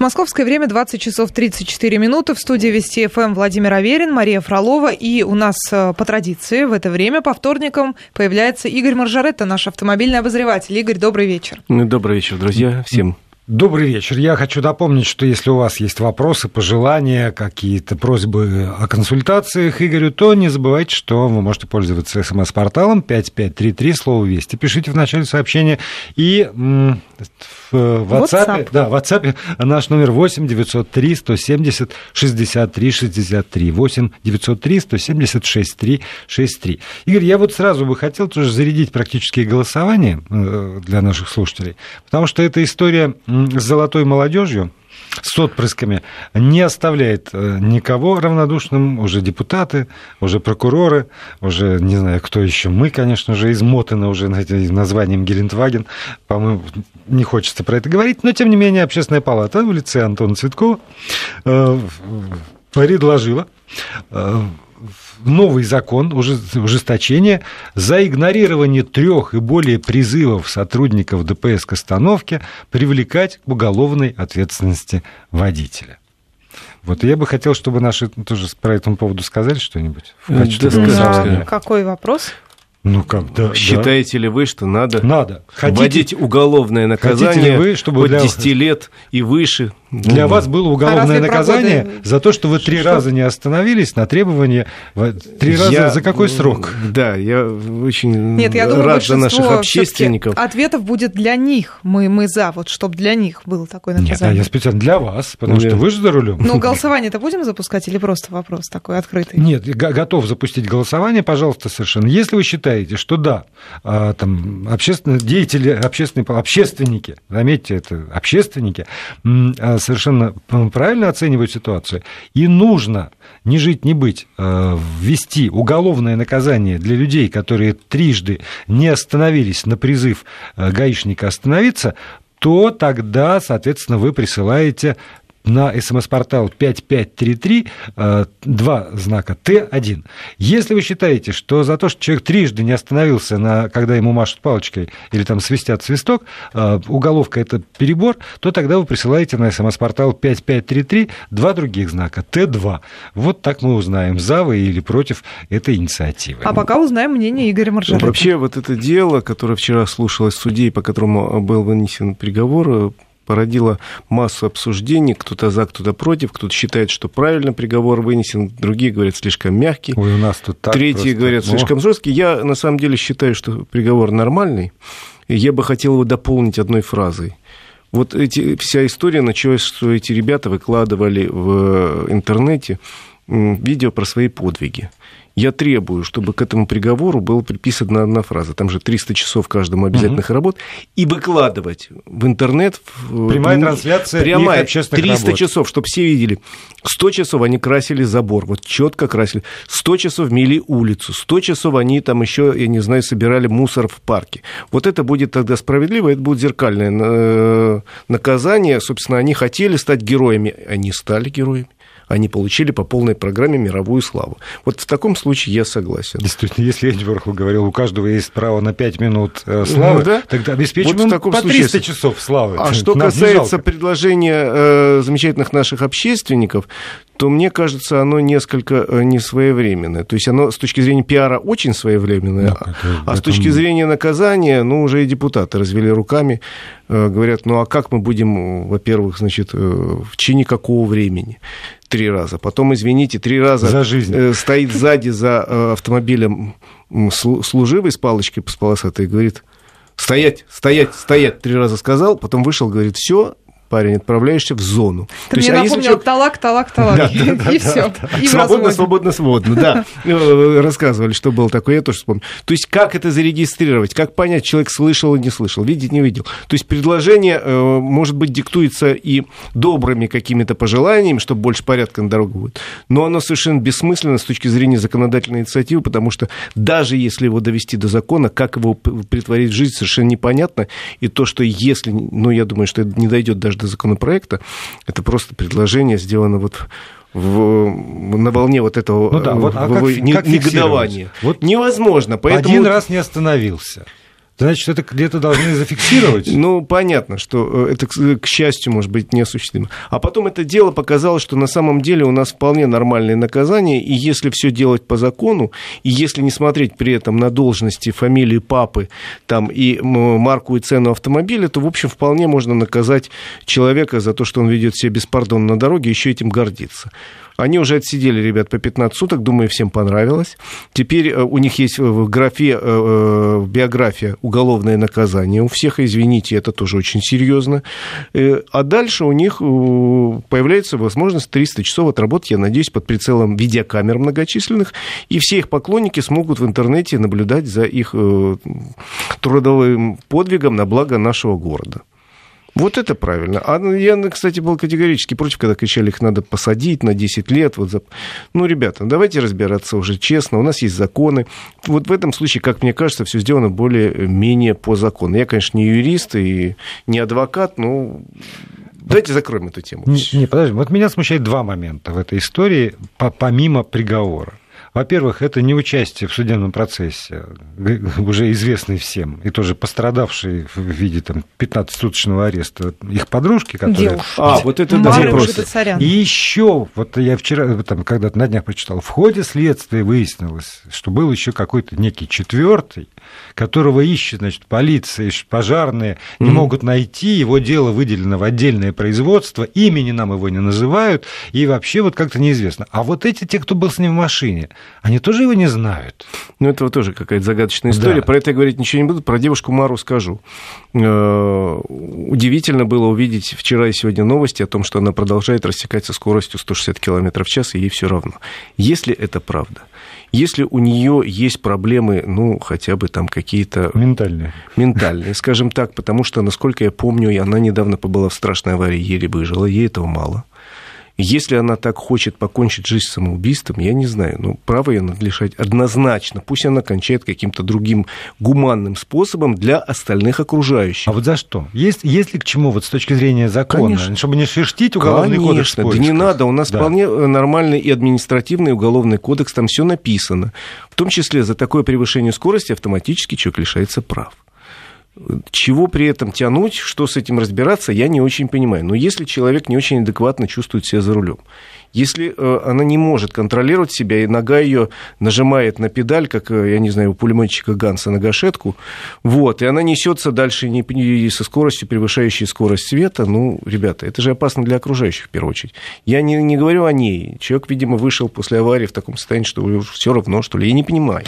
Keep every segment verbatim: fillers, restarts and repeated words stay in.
Московское время двадцать часов тридцать четыре минуты. В студии Вести ФМ Владимир Аверин, Мария Фролова. И у нас по традиции в это время по вторникам появляется Игорь Маржаретта, наш автомобильный обозреватель. Игорь, добрый вечер. Добрый вечер, друзья, всем. Добрый вечер. Я хочу напомнить, что если у вас есть вопросы, пожелания, какие-то просьбы о консультациях Игорю, то не забывайте, что вы можете пользоваться смс-порталом пять пять три три, слово «Вести». Пишите в начале сообщения. И в WhatsApp, WhatsApp. Да, в WhatsApp наш номер восемь девятьсот три сто семьдесят шестьдесят три шестьдесят три. восемь девятьсот три сто семьдесят шестьдесят три шестьдесят три. Игорь, я вот сразу бы хотел тоже зарядить практические голосования для наших слушателей, потому что эта история с золотой молодежью, с отпрысками, не оставляет никого равнодушным. Уже депутаты, уже прокуроры, уже, не знаю, кто еще. Мы, конечно же, измотаны уже этим названием Гелендваген. По-моему, не хочется про это говорить. Но, тем не менее, Общественная палата в лице Антона Цветкова предложила новый закон, ужесточение за игнорирование трех и более призывов сотрудников ДПС к остановке привлекать к уголовной ответственности водителя. Вот я бы хотел, чтобы наши тоже про этому поводу сказали что-нибудь. В качестве голосования. Какой вопрос? Ну как, да. Считаете да. ли вы, что надо, надо. вводить Хотите, уголовное наказание вы, чтобы от для... десяти лет и выше? Для вас было уголовное а наказание погоды... за то, что вы три что? раза не остановились на требование... Три раза я... за какой срок? Да, я очень Нет, я думаю, рад за наших общественников. Ответов будет для них. Мы, мы за, вот, чтобы для них было такое наказание. Нет, а я специально для вас, потому Нет. что вы же за рулем. Ну, голосование-то будем запускать или просто вопрос такой открытый? Нет, готов запустить голосование, пожалуйста, совершенно. Если вы считаете, что да, там, общественные деятели, общественные, общественники, заметьте, это общественники, совершенно правильно оценивают ситуацию, и нужно не жить, не быть, ввести уголовное наказание для людей, которые трижды не остановились на призыв гаишника остановиться, то тогда, соответственно, вы присылаете на смс-портал пять пять три три два знака Т один. Если вы считаете, что за то, что человек трижды не остановился, на, когда ему машут палочкой или там свистят свисток, уголовка – это перебор, то тогда вы присылаете на смс-портал пять пять три три два других знака Т два. Вот так мы узнаем, за вы или против этой инициативы. А пока узнаем мнение Игоря Маржаретта. Вообще вот это дело, которое вчера слушалось судей, по которому был вынесен приговор, породило массу обсуждений, кто-то за, кто-то против, кто-то считает, что правильно приговор вынесен, другие говорят, слишком мягкий, Ой, у нас тут так третьи просто... говорят, слишком жесткий. Я на самом деле считаю, что приговор нормальный, и я бы хотел его дополнить одной фразой. Вот эти, вся история началась, что эти ребята выкладывали в интернете видео про свои подвиги. Я требую, чтобы к этому приговору была приписана одна фраза. Там же триста часов каждому обязательных угу. работ. И выкладывать в интернет... Прямая трансляция прямая, их общественных триста работ. часов, чтобы все видели. сто часов они красили забор, вот четко красили. сто часов мели улицу. сто часов они там еще, я не знаю, собирали мусор в парке. Вот это будет тогда справедливо, это будет зеркальное наказание. Собственно, они хотели стать героями, они стали героями. Они получили по полной программе мировую славу. Вот в таком случае я согласен. Действительно, если Эдди Уорхол говорил, у каждого есть право на пять минут славы, ну, да? тогда обеспечим вот им по триста случае... часов славы. А что Нам касается предложения э, замечательных наших общественников, то, мне кажется, оно несколько несвоевременное. То есть оно с точки зрения пиара очень своевременное, да, это, а это... с точки зрения наказания, ну, уже и депутаты развели руками, э, говорят, ну, а как мы будем, во-первых, значит, э, в течение какого времени? Три раза. Потом, извините, три раза за жизнь. Стоит сзади за автомобилем служивый с палочкой с полосатой и говорит, стоять, стоять, стоять. Три раза сказал, потом вышел, говорит, все, парень, отправляешься в зону. Ты мне есть, напомнил, а талак, талак, талак, и все. Свободно, свободно, свободно, да. Рассказывали, что было такое, я тоже вспомнил. То есть, как это зарегистрировать, как понять, человек слышал и не слышал, видеть, не видел. То есть, предложение, может быть, диктуется и добрыми какими-то пожеланиями, чтобы больше порядка на дорогу будет, но оно совершенно бессмысленно с точки зрения законодательной инициативы, потому что даже если его довести до закона, как его притворить в жизнь, совершенно непонятно. И то, что если, ну, я думаю, что это не дойдет даже до законопроекта, это просто предложение сделано вот в, на волне вот этого ну да, вот, а в, как, не, как негодования. Вот невозможно. Поэтому... Один раз не остановился. Значит, это где-то должны зафиксировать? Ну, понятно, что это, к счастью, может быть, неосуществимо. А потом это дело показало, что на самом деле у нас вполне нормальные наказания, и если все делать по закону, и если не смотреть при этом на должности, фамилии папы там, и марку и цену автомобиля, то, в общем, вполне можно наказать человека за то, что он ведет себя беспардонно на дороге, еще этим гордиться. Они уже отсидели, ребят, по пятнадцать суток, думаю, всем понравилось. Теперь у них есть в графе в биография уголовное наказание. У всех, извините, это тоже очень серьезно. А дальше у них появляется возможность триста часов отработать, я надеюсь, под прицелом видеокамер многочисленных, и все их поклонники смогут в интернете наблюдать за их трудовым подвигом на благо нашего города. Вот это правильно. А я, кстати, был категорически против, когда кричали, их надо посадить на десять лет. Вот за... Ну, ребята, давайте разбираться уже честно. У нас есть законы. Вот в этом случае, как мне кажется, все сделано более-менее по закону. Я, конечно, не юрист и не адвокат, но давайте закроем эту тему. Не, не, подожди. Вот меня смущает два момента в этой истории, помимо приговора. Во-первых, это не участие в судебном процессе, уже известный всем, и тоже пострадавшие в виде там, пятнадцатисуточного ареста их подружки, которые... А, вот это да, вопрос. И еще, вот я вчера, там, когда-то на днях прочитал, в ходе следствия выяснилось, что был еще какой-то некий четвертый, которого ищет, значит, полиция, ищет пожарные, не mm-hmm. могут найти, его дело выделено в отдельное производство, имени нам его не называют, и вообще вот как-то неизвестно. А вот эти, те, кто был с ним в машине, они тоже его не знают. Ну, это вот тоже какая-то загадочная история. Да. Про это я говорить ничего не буду. Про девушку Мару скажу. Удивительно было увидеть вчера и сегодня новости о том, что она продолжает рассекать со скоростью сто шестьдесят километров в час, и ей все равно. Если это правда, если у нее есть проблемы, ну, хотя бы там какие-то... Ментальные. Ментальные, скажем так, потому что, насколько я помню, она недавно побыла в страшной аварии, еле выжила, ей этого мало. Если она так хочет покончить жизнь самоубийством, я не знаю, но право ее надо лишать однозначно. Пусть она кончает каким-то другим гуманным способом для остальных окружающих. А вот за что? Есть, есть ли к чему вот с точки зрения закона? Конечно. Чтобы не шерстить уголовный Конечно. кодекс? Конечно, да не надо. У нас да. вполне нормальный и административный уголовный кодекс, там все написано. В том числе за такое превышение скорости автоматически человек лишается прав. Чего при этом тянуть, что с этим разбираться, я не очень понимаю. Но если человек не очень адекватно чувствует себя за рулем, если она не может контролировать себя, и нога ее нажимает на педаль, как, я не знаю, у пулеметчика Ганса на гашетку, вот, и она несется дальше не со скоростью, превышающей скорость света, ну, ребята, это же опасно для окружающих, в первую очередь. Я не, не говорю о ней. Человек, видимо, вышел после аварии в таком состоянии, что все равно, что ли, я не понимаю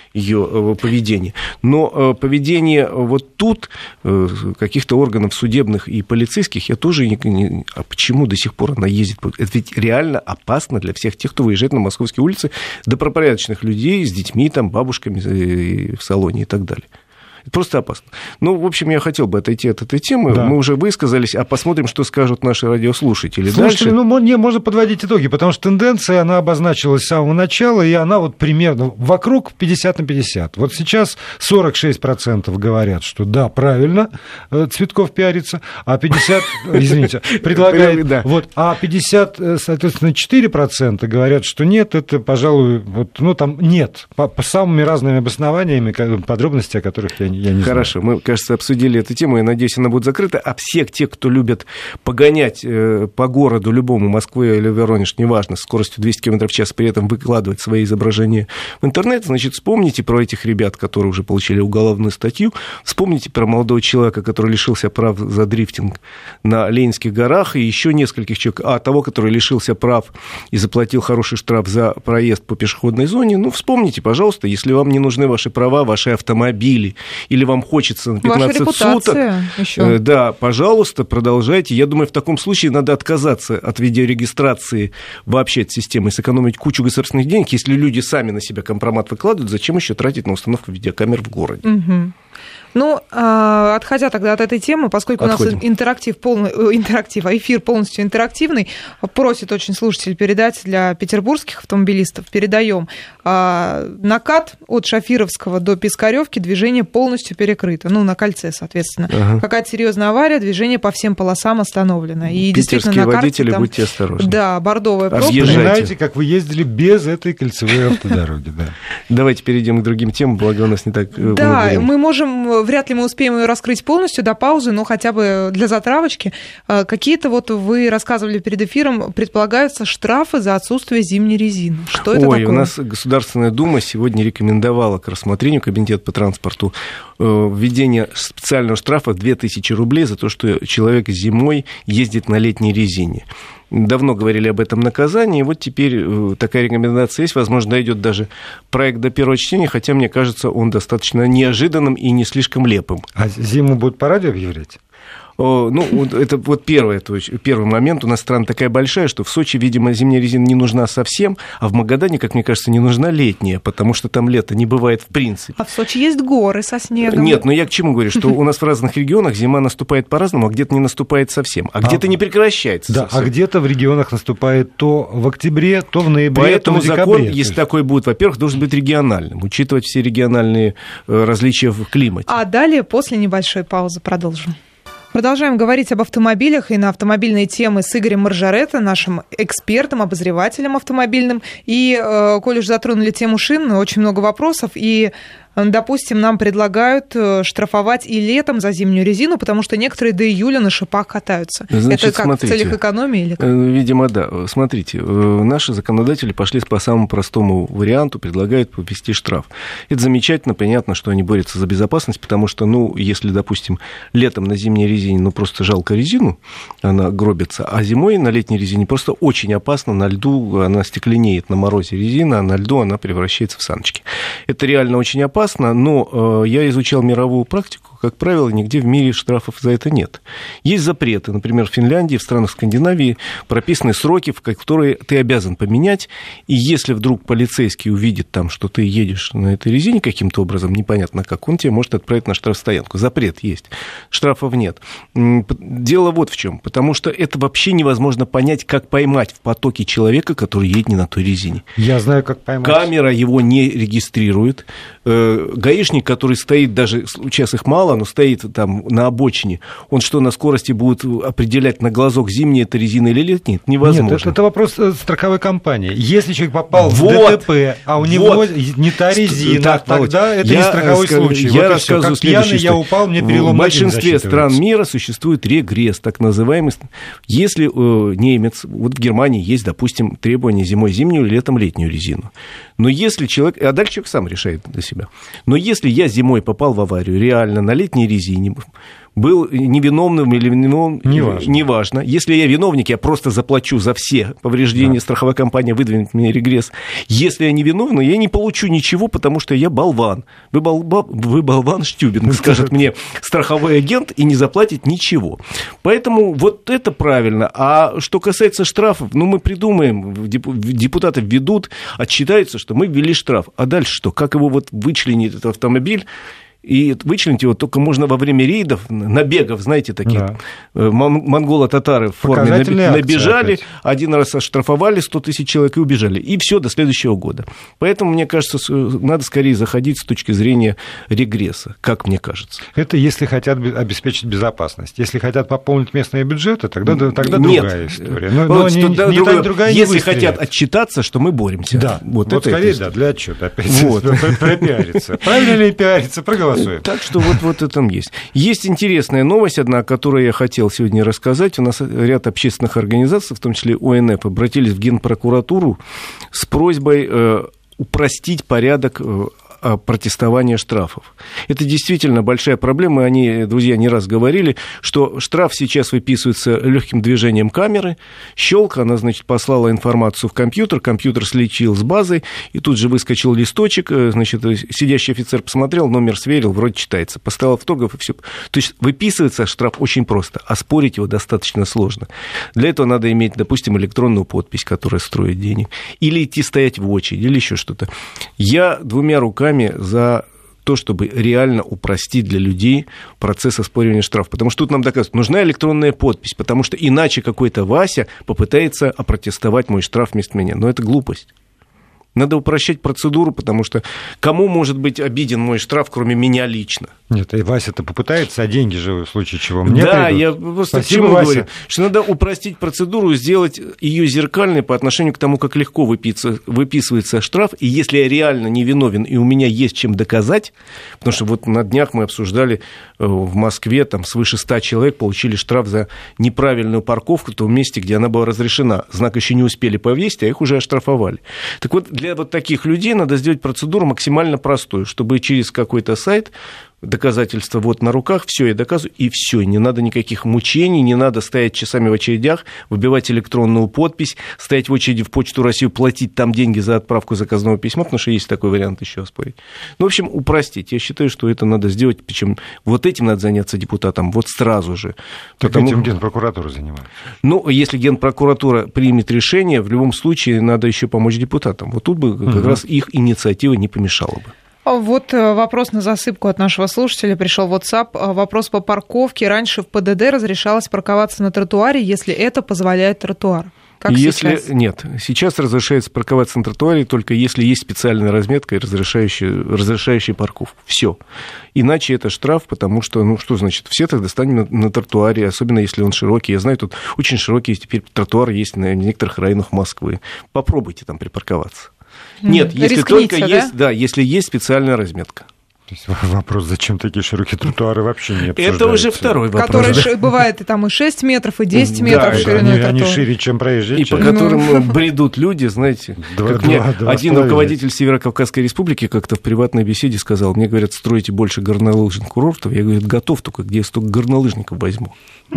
ее поведение. Но поведение вот тут каких-то органов судебных и полицейских я тоже не... не а почему до сих пор она ездит? Это ведь реально опасно для всех тех, кто выезжает на московские улицы, добропорядочных людей с детьми, там, бабушками в салоне и так далее. Это просто опасно. Ну, в общем, я хотел бы отойти от этой темы. Да. Мы уже высказались, а посмотрим, что скажут наши радиослушатели. Слушатели, дальше. Ну, не, можно подводить итоги, потому что тенденция, она обозначилась с самого начала, и она вот примерно вокруг пятьдесят на пятьдесят. Вот сейчас сорок шесть процентов говорят, что да, правильно, Цветков пиарится, а пятьдесят, извините, предлагает, вот, а пятьдесят, соответственно, четыре процента говорят, что нет, это, пожалуй, вот, ну, там нет, по, по самыми разными обоснованиями, подробности, о которых я Я не Хорошо, знаю. Мы, кажется, обсудили эту тему, я надеюсь, она будет закрыта. А все те, кто любят погонять по городу любому, Москве или Воронеж, неважно, с скоростью двести километров в час, при этом выкладывать свои изображения в интернет, значит, вспомните про этих ребят, которые уже получили уголовную статью, вспомните про молодого человека, который лишился прав за дрифтинг на Ленинских горах, и еще нескольких человек, а того, который лишился прав и заплатил хороший штраф за проезд по пешеходной зоне. Ну, вспомните, пожалуйста, если вам не нужны ваши права, ваши автомобили, или вам хочется на пятнадцать суток, еще. Да, пожалуйста, продолжайте. Я думаю, в таком случае надо отказаться от видеорегистрации вообще от системы, сэкономить кучу государственных денег. Если люди сами на себя компромат выкладывают, зачем еще тратить на установку видеокамер в городе? Угу. Ну, отходя тогда от этой темы, поскольку Отходим. у нас интерактив, полный, интерактив, а эфир полностью интерактивный, просит очень слушатель передать для петербургских автомобилистов, передаем накат от Шафировского до Пискаревки, движение полностью перекрыто, ну, на кольце, соответственно. Ага. Какая-то серьезная авария, движение по всем полосам остановлено. И питерские действительно, на водители, карте, там, будьте осторожны. Да, бордовая пробка. Вспоминайте, как вы ездили без этой кольцевой автодороги. Давайте перейдем к другим темам, благо у нас не так много времени. Да, мы можем вряд ли мы успеем ее раскрыть полностью до паузы, но хотя бы для затравочки. Какие-то вот вы рассказывали перед эфиром, предполагаются штрафы за отсутствие зимней резины. Что это Ой, такое? У нас Государственная Дума сегодня рекомендовала к рассмотрению, Комитет по транспорту, введение специального штрафа в две тысячи рублей за то, что человек зимой ездит на летней резине. Давно говорили об этом наказании, и вот теперь такая рекомендация есть. Возможно, дойдет даже проект до первого чтения, хотя, мне кажется, он достаточно неожиданным и не слишком лепым. А зиму будут по радио объявлять? Ну, это вот первый, то есть первый момент. У нас страна такая большая, что в Сочи, видимо, зимняя резина не нужна совсем, а в Магадане, как мне кажется, не нужна летняя, потому что там лета не бывает в принципе. А в Сочи есть горы со снегом. Нет, но я к чему говорю, что у нас в разных регионах зима наступает по-разному, а где-то не наступает совсем, а где-то не прекращается Да, совсем. А где-то в регионах наступает то в октябре, то в ноябре, Поэтому то в декабре. закон, если такой будет, во-первых, должен быть региональным, учитывать все региональные различия в климате. А далее, после небольшой паузы, продолжим. Продолжаем говорить об автомобилях и на автомобильные темы с Игорем Маржаретто, нашим экспертом, обозревателем автомобильным. И, э, коль уж затронули тему шин, очень много вопросов. И, допустим, нам предлагают штрафовать и летом за зимнюю резину, потому что некоторые до июля на шипах катаются. Значит, это как, смотрите, в целях экономии или как? Видимо, да. Смотрите, наши законодатели пошли по самому простому варианту, предлагают ввести штраф. Это замечательно, понятно, что они борются за безопасность, потому что, ну, если, допустим, летом на зимней резине, ну, просто жалко резину, она гробится, а зимой на летней резине просто очень опасно, на льду она стекленеет, на морозе резина, а на льду она превращается в саночки. Это реально очень опасно. Опасно, но э, я изучал мировую практику, как правило, нигде в мире штрафов за это нет. Есть запреты, например, в Финляндии, в странах Скандинавии прописаны сроки, в которые ты обязан поменять, и если вдруг полицейский увидит там, что ты едешь на этой резине каким-то образом, непонятно как, он тебя может отправить на штрафстоянку. Запрет есть, штрафов нет. Дело вот в чем, потому что это вообще невозможно понять, как поймать в потоке человека, который едет не на той резине. Я знаю, как поймать. Камера его не регистрирует. Гаишник, который стоит, даже сейчас их мало, но стоит там на обочине, он что, на скорости будет определять на глазок, зимняя это резина или летняя? Это невозможно. Нет, это, это вопрос страховой компании. Если человек попал вот, в ДТП, а у вот. него не та резина, так, тогда это я не страховой скажу, случай. Я вот рассказываю как пьяный я упал, мне перелом. В большинстве стран мира существует регресс, так называемый. Если э, немец, вот в Германии есть, допустим, требование зимой зимнюю, летом летнюю резину. Но если человек, а дальше человек сам решает для себя. Но если я зимой попал в аварию, реально, на летней резине, был невиновным или виновным, неважно. неважно. Если я виновник, я просто заплачу за все повреждения, да. Страховая компания выдвинет мне регресс. Если я невиновный, я не получу ничего, потому что я болван. Вы, болба... Вы болван Штюбинг, скажет мне страховой агент, и не заплатит ничего. Поэтому вот это правильно. А что касается штрафов, ну, мы придумаем, депутаты введут, отчитаются, что мы ввели штраф. А дальше что? Как его вот вычленить, этот автомобиль? И вычленить его только можно во время рейдов, набегов, знаете, таких. Да. Монголо-татары в форме набежали, один раз оштрафовали сто тысяч человек и убежали. И все до следующего года. Поэтому, мне кажется, надо скорее заходить с точки зрения регресса, как мне кажется. Это если хотят обеспечить безопасность. Если хотят пополнить местные бюджеты, тогда, тогда Нет. другая история. Но, но не, не другое, та, другая если не хотят отчитаться, что мы боремся. Да, вот, вот это скорее, это да, для отчета опять. Вот. Пропиариться. Правильно ли пиариться? Проголосуем. Так что вот, вот это есть. Есть интересная новость одна, о которой я хотел сегодня рассказать. У нас ряд общественных организаций, в том числе О Н Ф, обратились в Генпрокуратуру с просьбой э, упростить порядок э, протестования штрафов. Это действительно большая проблема. Они, друзья, не раз говорили, что штраф сейчас выписывается легким движением камеры. Щелк, она, значит, послала информацию в компьютер, компьютер сличил с базой, и тут же выскочил листочек, значит, сидящий офицер посмотрел, номер сверил, вроде читается, поставил автограф, и все. То есть выписывается штраф очень просто, а спорить его достаточно сложно. Для этого надо иметь, допустим, электронную подпись, которая стоит денег, или идти стоять в очереди, или еще что-то. Я двумя руками за то, чтобы реально упростить для людей процесс оспоривания штрафа. Потому что тут нам доказывают, нужна электронная подпись, потому что иначе какой-то Вася попытается опротестовать мой штраф вместо меня. Но это глупость. Надо упрощать процедуру, потому что кому может быть обиден мой штраф, кроме меня лично? Нет, и Вася-то попытается, а деньги же в случае чего мне Да, придут. я просто Спасибо, к чему Вася. говорю, что надо упростить процедуру, сделать ее зеркальной по отношению к тому, как легко выписывается, выписывается штраф, и если я реально не виновен, и у меня есть чем доказать, потому что вот на днях мы обсуждали в Москве, там свыше ста человек получили штраф за неправильную парковку в том месте, где она была разрешена. Знак еще не успели повесить, а их уже оштрафовали. Так вот, для вот таких людей надо сделать процедуру максимально простую, чтобы через какой-то сайт доказательства вот на руках, все, я доказываю, и все, не надо никаких мучений, не надо стоять часами в очередях, выбивать электронную подпись, стоять в очереди в Почту России, платить там деньги за отправку заказного письма, потому что есть такой вариант еще оспорить. Ну, в общем, упростить. Я считаю, что это надо сделать, причем вот этим надо заняться депутатам, вот сразу же. Так Потому... этим Генпрокуратура занимается. Ну, если Генпрокуратура примет решение, в любом случае надо еще помочь депутатам. Вот тут бы как угу. раз их инициатива не помешала бы. Вот вопрос на засыпку от нашего слушателя пришел в WhatsApp. Вопрос по парковке. Раньше в ПДД разрешалось парковаться на тротуаре, если это позволяет тротуар. Как если... сейчас? Нет, сейчас разрешается парковаться на тротуаре только если есть специальная разметка и разрешающая, разрешающая парковку. Все. Иначе это штраф, потому что, ну что значит, все тогда станем на, на тротуаре, особенно если он широкий. Я знаю, тут очень широкие теперь тротуары есть на некоторых районах Москвы. Попробуйте там припарковаться. Нет, если Рискните, только да? есть, да, если есть специальная разметка. То есть вопрос, зачем такие широкие тротуары, вообще не обсуждается. Это уже второй вопрос. Которые да? бывает и там и шесть метров, и десять метров да, шириной они, тротуара. они шире, чем проезжая И часть. по которым бредут люди, знаете. Два, как мне два, два один руководитель Северо-Кавказской республики как-то в приватной беседе сказал, мне говорят, строите больше горнолыжных курортов. Я говорю, готов, только где я столько горнолыжников возьму.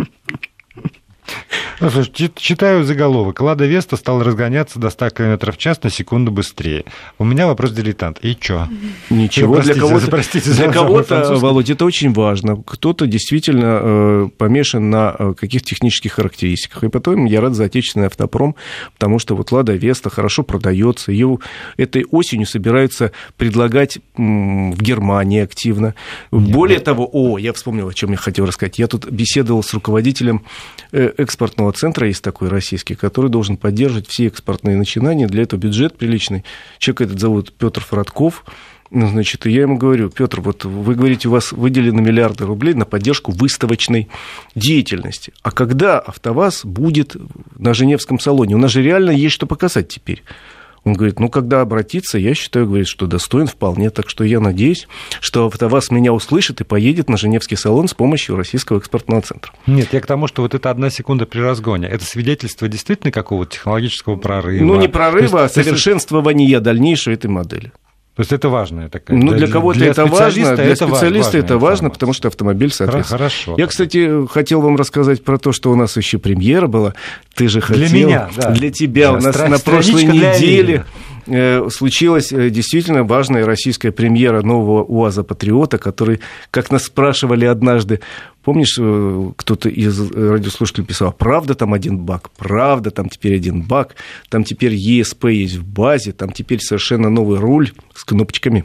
Ну, слушай, читаю заголовок. «Лада Веста стала разгоняться до ста километров в час на секунду быстрее». У меня вопрос дилетант. И чё? Ничего. Простите, для кого-то, простите, для кого-то Володя, это очень важно. Кто-то действительно э, помешан на э, каких-то технических характеристиках. И потом я рад за отечественный автопром, потому что вот «Лада Веста» хорошо продается. Ее этой осенью собираются предлагать м, в Германии активно. Нет, Более нет. того, о, я вспомнил, о чем я хотел рассказать. Я тут беседовал с руководителем э, экспортного центра, есть такой российский, который должен поддерживать все экспортные начинания. Для этого бюджет приличный. Человек этот зовут Петр Фродков. Ну, значит, и я ему говорю, Петр, вот вы говорите, у вас выделены миллиарды рублей на поддержку выставочной деятельности. А когда АвтоВАЗ будет на Женевском салоне? У нас же реально есть что показать теперь. Он говорит, ну, когда обратиться, я считаю, говорит, что достоин вполне. Так что я надеюсь, что АвтоВАЗ меня услышит и поедет на Женевский салон с помощью Российского экспортного центра. Нет, я к тому, что вот эта одна секунда при разгоне, это свидетельство действительно какого-то технологического прорыва? Ну, не прорыва, есть, а совершенствования дальнейшей этой модели. То есть это важная такая... Ну, для кого-то для это важно, для это специалиста это важно, информация. Потому что автомобиль соответствует. Хорошо. Я, кстати, хотел вам рассказать про то, что у нас еще премьера была. Ты же хотел... Для меня, да. Для тебя. Да, у нас стра- на прошлой неделе э, случилась действительно важная российская премьера нового УАЗа «Патриота», который, как нас спрашивали однажды, помнишь, кто-то из радиослушателей писал, правда там один бак, правда там теперь один бак, там теперь и эс пи есть в базе, там теперь совершенно новый руль с кнопочками.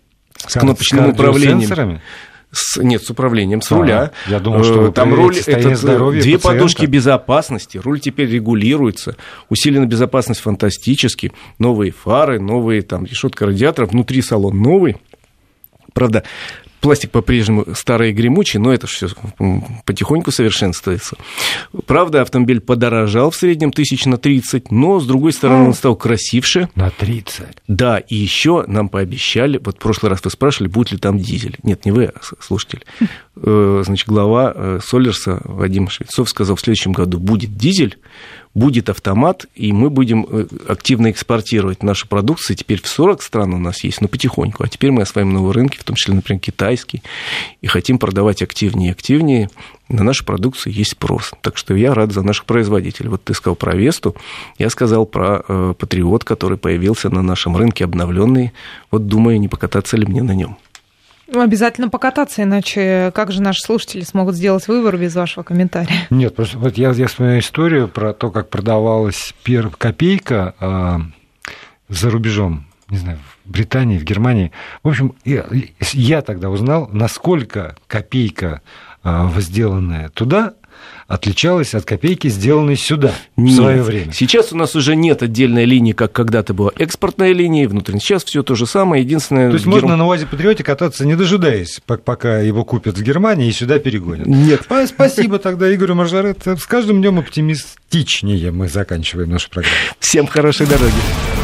С кнопочным управлением. С, нет, с управлением, с а, руля. Я думал, что там руль, это здоровья две пациента. подушки безопасности. Руль теперь регулируется. Усиленная безопасность фантастически. Новые фары, новые там решетка радиаторов. Внутри салон новый. Правда, пластик по-прежнему старый и гремучий, но это все потихоньку совершенствуется. Правда, автомобиль подорожал в среднем тысяч на тридцать, но, с другой стороны, он стал красивше. На тридцать? Да, и еще нам пообещали, вот в прошлый раз вы спрашивали, будет ли там дизель. Нет, не вы, а слушатели. Значит, глава Солерса Вадим Швецов сказал, в следующем году будет дизель, будет автомат, и мы будем активно экспортировать нашу продукцию. Теперь в сорок стран у нас есть, но потихоньку. А теперь мы осваиваем новые рынки, в том числе, например, китайский, и хотим продавать активнее и активнее. На нашу продукцию есть спрос. Так что я рад за наших производителей. Вот ты сказал про Весту, я сказал про э, Патриот, который появился на нашем рынке, обновленный. Вот думаю, не покататься ли мне на нем. Обязательно покататься, иначе как же наши слушатели смогут сделать выбор без вашего комментария? Нет, просто вот я, я вспоминаю историю про то, как продавалась первая копейка э, за рубежом, не знаю, в Британии, в Германии. В общем, я, я тогда узнал, насколько копейка, э, сделанная туда, отличалась от копейки, сделанной сюда Нет. в свое время? Сейчас у нас уже нет отдельной линии, как когда-то была экспортная линия, внутренняя. Сейчас все то же самое. Единственное... То есть Герм... можно на УАЗе Патриоте кататься, не дожидаясь, пока его купят в Германии и сюда перегонят? Нет. Спасибо тогда Игорю Маржаретто. С каждым днем оптимистичнее мы заканчиваем нашу программу. Всем хорошей дороги.